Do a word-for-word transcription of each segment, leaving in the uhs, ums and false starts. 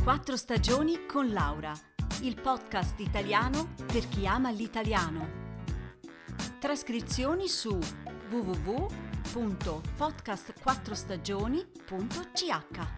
Quattro stagioni con Laura, il podcast italiano per chi ama l'italiano. Trascrizioni su w w w punto podcast quattro stagioni punto c h.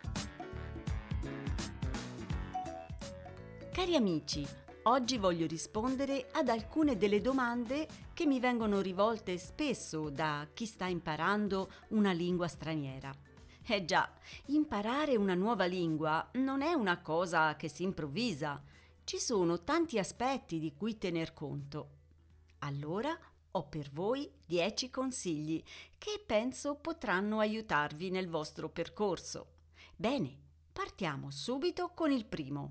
Cari amici, oggi voglio rispondere ad alcune delle domande che mi vengono rivolte spesso da chi sta imparando una lingua straniera. Eh già, imparare una nuova lingua non è una cosa che si improvvisa. Ci sono tanti aspetti di cui tener conto. Allora ho per voi dieci consigli che penso potranno aiutarvi nel vostro percorso. Bene, partiamo subito con il primo.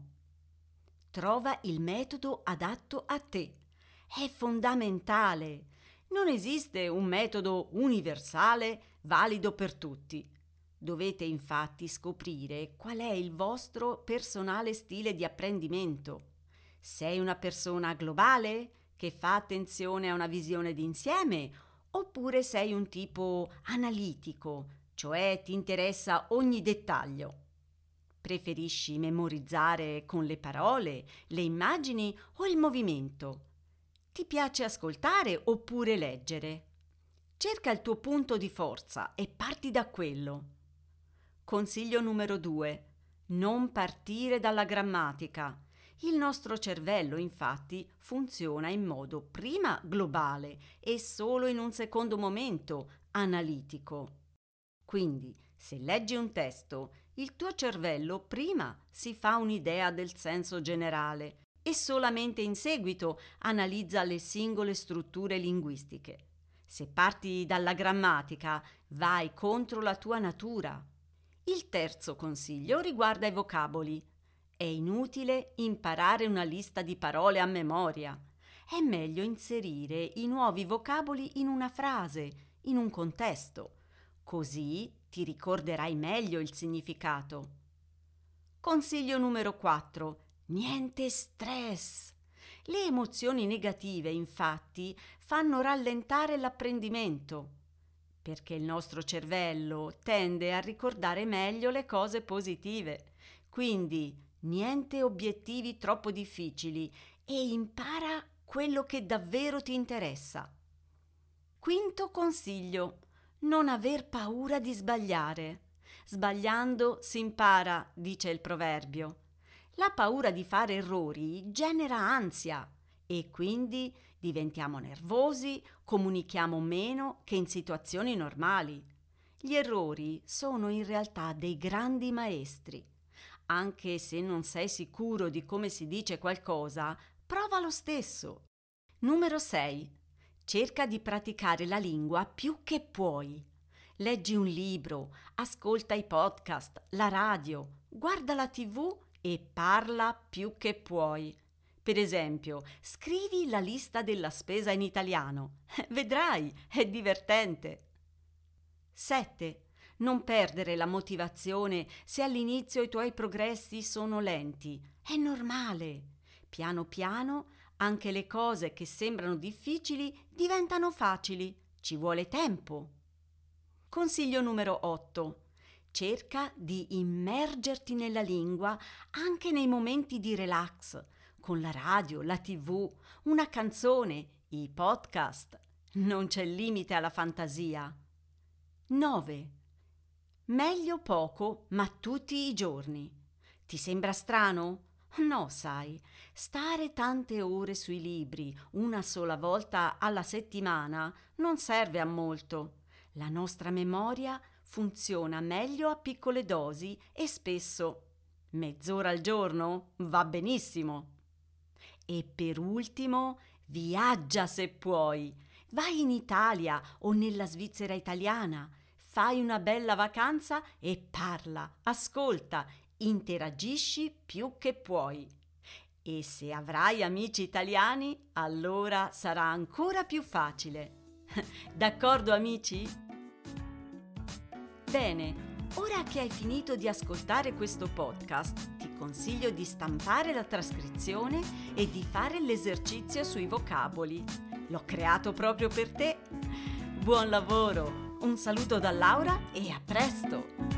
Trova il metodo adatto a te. È fondamentale. Non esiste un metodo universale valido per tutti. Dovete infatti scoprire qual è il vostro personale stile di apprendimento. Sei una persona globale che fa attenzione a una visione d'insieme oppure sei un tipo analitico, cioè ti interessa ogni dettaglio? Preferisci memorizzare con le parole, le immagini o il movimento? Ti piace ascoltare oppure leggere? Cerca il tuo punto di forza e parti da quello. Consiglio numero due. Non partire dalla grammatica. Il nostro cervello, infatti, funziona in modo prima globale e solo in un secondo momento analitico. Quindi, se leggi un testo, il tuo cervello prima si fa un'idea del senso generale e solamente in seguito analizza le singole strutture linguistiche. Se parti dalla grammatica, vai contro la tua natura. Il terzo consiglio riguarda i vocaboli. È inutile imparare una lista di parole a memoria. È meglio inserire i nuovi vocaboli in una frase, in un contesto. Così ti ricorderai meglio il significato. Consiglio numero quattro. Niente stress. Le emozioni negative, infatti, fanno rallentare l'apprendimento, perché il nostro cervello tende a ricordare meglio le cose positive. Quindi niente obiettivi troppo difficili e impara quello che davvero ti interessa. Quinto consiglio: non aver paura di sbagliare. Sbagliando si impara, dice il proverbio. La paura di fare errori genera ansia e quindi diventiamo nervosi, comunichiamo meno che in situazioni normali. Gli errori sono in realtà dei grandi maestri. Anche se non sei sicuro di come si dice qualcosa, prova lo stesso. Numero sei. Cerca di praticare la lingua più che puoi. Leggi un libro, ascolta i podcast, la radio, guarda la tivù e parla più che puoi. Per esempio, scrivi la lista della spesa in italiano. Vedrai, è divertente. sette. Non perdere la motivazione se all'inizio i tuoi progressi sono lenti. È normale. Piano piano anche le cose che sembrano difficili diventano facili. Ci vuole tempo. Consiglio numero otto. Cerca di immergerti nella lingua anche nei momenti di relax, con la radio, la tivù, una canzone, i podcast. Non c'è limite alla fantasia. nove. Meglio poco, ma tutti i giorni. Ti sembra strano? No, sai, stare tante ore sui libri una sola volta alla settimana non serve a molto. La nostra memoria funziona meglio a piccole dosi e spesso. Mezz'ora al giorno va benissimo. E per ultimo, viaggia se puoi. Vai in Italia o nella Svizzera italiana. Fai una bella vacanza e parla, ascolta, interagisci più che puoi. E se avrai amici italiani, allora sarà ancora più facile. D'accordo, amici? Bene, ora che hai finito di ascoltare questo podcast, ti consiglio di stampare la trascrizione e di fare l'esercizio sui vocaboli. L'ho creato proprio per te. Buon lavoro! Un saluto da Laura e a presto!